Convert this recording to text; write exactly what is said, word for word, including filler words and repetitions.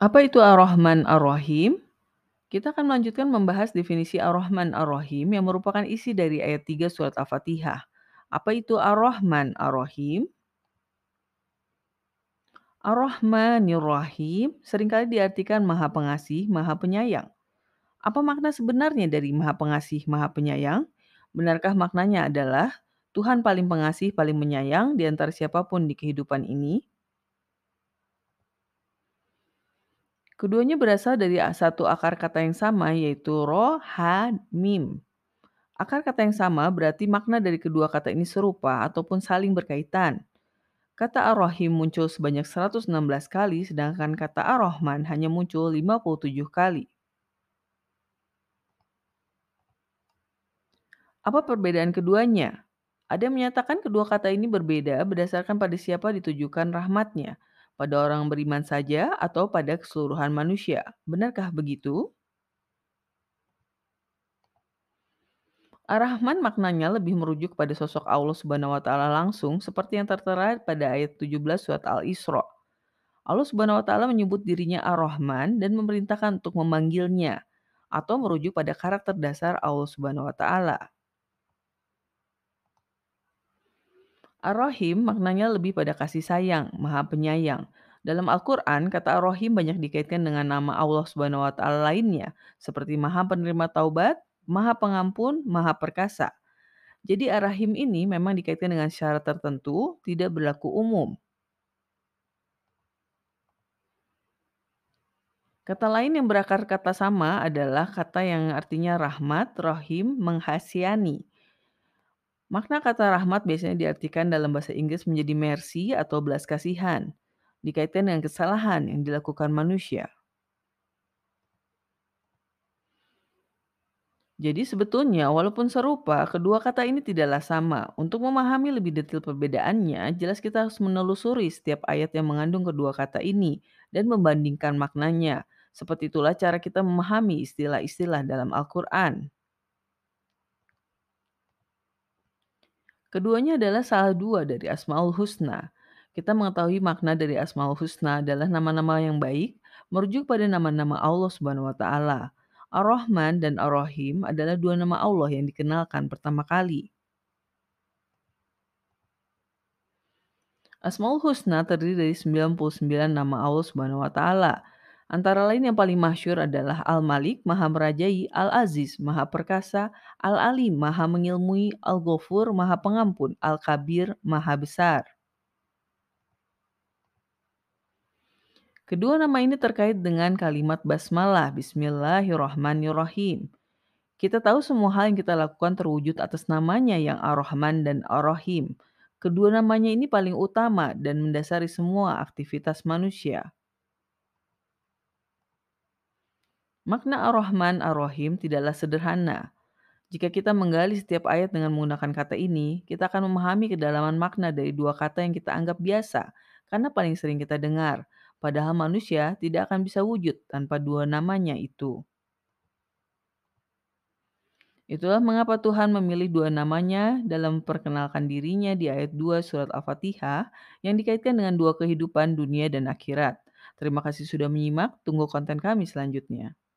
Apa itu Ar-Rahman Ar-Rahim? Kita akan melanjutkan membahas definisi Ar-Rahman Ar-Rahim yang merupakan isi dari ayat tiga surat Al-Fatihah. Apa itu Ar-Rahman Ar-Rahim? Ar-Rahmanir-Rahim seringkali diartikan Maha Pengasih, Maha Penyayang. Apa makna sebenarnya dari Maha Pengasih, Maha Penyayang? Benarkah maknanya adalah Tuhan paling pengasih, paling menyayang di antara siapapun di kehidupan ini? Keduanya berasal dari satu akar kata yang sama, yaitu ro, ha, mim. Akar kata yang sama berarti makna dari kedua kata ini serupa ataupun saling berkaitan. Kata Ar-Rahim muncul sebanyak seratus enam belas kali, sedangkan kata Ar-Rahman hanya muncul lima puluh tujuh kali. Apa perbedaan keduanya? Ada yang menyatakan kedua kata ini berbeda berdasarkan pada siapa ditujukan rahmatnya, pada orang beriman saja atau pada keseluruhan manusia. Benarkah begitu? Ar-Rahman maknanya lebih merujuk pada sosok Allah Subhanahu wa taala langsung seperti yang tertera pada ayat tujuh belas surat Al-Isra. Allah Subhanahu wa taala menyebut dirinya Ar-Rahman dan memerintahkan untuk memanggilnya atau merujuk pada karakter dasar Allah Subhanahu wa taala. Ar-Rahim maknanya lebih pada kasih sayang, Maha Penyayang. Dalam Al-Qur'an, kata Ar-Rahim banyak dikaitkan dengan nama Allah Subhanahu wa taala lainnya, seperti Maha Penerima Taubat, Maha Pengampun, Maha Perkasa. Jadi Ar-Rahim ini memang dikaitkan dengan syarat tertentu, tidak berlaku umum. Kata lain yang berakar kata sama adalah kata yang artinya rahmat, rahim, menghasihani. Makna kata rahmat biasanya diartikan dalam bahasa Inggris menjadi mercy atau belas kasihan, dikaitkan dengan kesalahan yang dilakukan manusia. Jadi sebetulnya walaupun serupa, kedua kata ini tidaklah sama. Untuk memahami lebih detail perbedaannya, jelas kita harus menelusuri setiap ayat yang mengandung kedua kata ini dan membandingkan maknanya. Seperti itulah cara kita memahami istilah-istilah dalam Al-Quran. Keduanya adalah salah dua dari Asmaul Husna. Kita mengetahui makna dari Asmaul Husna adalah nama-nama yang baik, merujuk pada nama-nama Allah Subhanahu wa taala. Ar-Rahman dan Ar-Rahim adalah dua nama Allah yang dikenalkan pertama kali. Asmaul Husna terdiri dari sembilan puluh sembilan nama Allah Subhanahu wa taala. Antara lain yang paling masyhur adalah Al-Malik, Maha Merajai, Al-Aziz, Maha Perkasa, Al-Alim, Maha Mengilmui, Al-Ghafur, Maha Pengampun, Al-Kabir, Maha Besar. Kedua nama ini terkait dengan kalimat basmalah, Bismillahirrahmanirrahim. Kita tahu semua hal yang kita lakukan terwujud atas namanya yang Ar-Rahman dan Ar-Rahim. Kedua namanya ini paling utama dan mendasari semua aktivitas manusia. Makna Ar-Rahman Ar-Rahim tidaklah sederhana. Jika kita menggali setiap ayat dengan menggunakan kata ini, kita akan memahami kedalaman makna dari dua kata yang kita anggap biasa, karena paling sering kita dengar. Padahal manusia tidak akan bisa wujud tanpa dua namanya itu. Itulah mengapa Tuhan memilih dua namanya dalam memperkenalkan dirinya di ayat dua surat Al-Fatihah yang dikaitkan dengan dua kehidupan dunia dan akhirat. Terima kasih sudah menyimak, tunggu konten kami selanjutnya.